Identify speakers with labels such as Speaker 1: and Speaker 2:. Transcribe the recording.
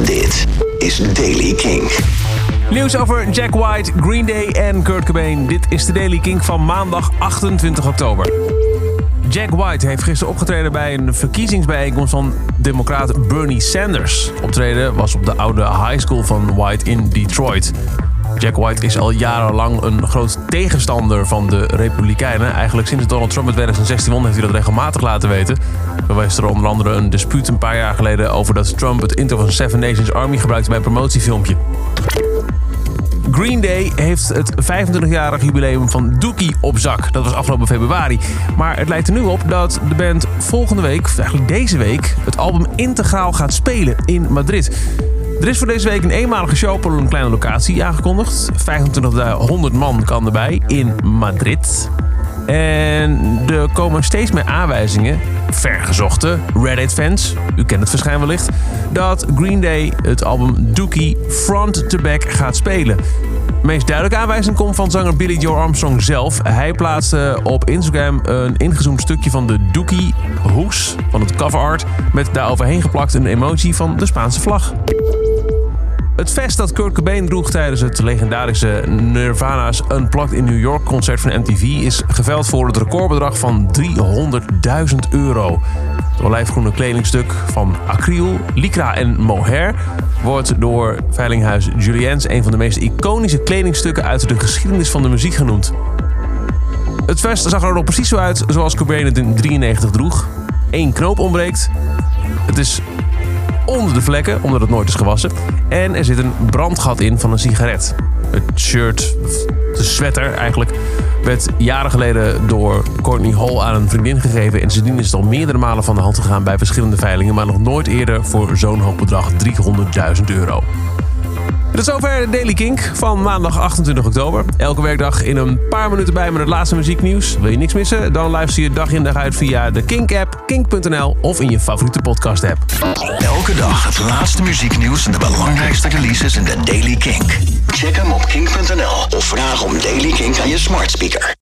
Speaker 1: Dit is Daily King.
Speaker 2: Nieuws over Jack White, Green Day en Kurt Cobain. Dit is de Daily King van maandag 28 oktober. Jack White heeft gisteren opgetreden bij een verkiezingsbijeenkomst van democraat Bernie Sanders. Optreden was op de oude high school van White in Detroit. Jack White is al jarenlang een groot tegenstander van de Republikeinen. Eigenlijk sinds Donald Trump in 2016 won, heeft hij dat regelmatig laten weten. Er was er onder andere een dispuut een paar jaar geleden over dat Trump het intro van Seven Nations Army gebruikte bij een promotiefilmpje. Green Day heeft het 25-jarig jubileum van Dookie op zak. Dat was afgelopen februari. Maar het lijkt er nu op dat de band volgende week, eigenlijk deze week, het album integraal gaat spelen in Madrid. Er is voor deze week een eenmalige show op een kleine locatie aangekondigd. 2500 man kan erbij in Madrid. En er komen steeds meer aanwijzingen, vergezochte Reddit-fans, u kent het waarschijnlijk wellicht, dat Green Day het album Dookie front to back gaat spelen. De meest duidelijke aanwijzing komt van zanger Billy Joe Armstrong zelf. Hij plaatste op Instagram een ingezoomd stukje van de Dookie hoes van het cover art met daaroverheen geplakt een emoji van de Spaanse vlag. Het vest dat Kurt Cobain droeg tijdens het legendarische Nirvana's Unplugged in New York concert van MTV is geveild voor het recordbedrag van €300.000. Het olijfgroene kledingstuk van acryl, lycra en mohair wordt door veilinghuis Julien's een van de meest iconische kledingstukken uit de geschiedenis van de muziek genoemd. Het vest zag er nog precies zo uit zoals Cobain het in 1993 droeg. 1 knoop ontbreekt. Het is onder de vlekken, omdat het nooit is gewassen. En er zit een brandgat in van een sigaret. Het shirt, de sweater eigenlijk, werd jaren geleden door Courtney Hall aan een vriendin gegeven. En sindsdien is het al meerdere malen van de hand gegaan bij verschillende veilingen. Maar nog nooit eerder voor zo'n hoog bedrag, €300.000. Tot zover de Daily Kink van maandag 28 oktober. Elke werkdag in een paar minuten bij met het laatste muzieknieuws. Wil je niks missen? Dan luister je dag in dag uit via de Kink-app, kink.nl of in je favoriete podcast-app.
Speaker 1: Elke dag het laatste muzieknieuws en de belangrijkste releases in de Daily Kink. Check hem op kink.nl of vraag om Daily Kink aan je smart speaker.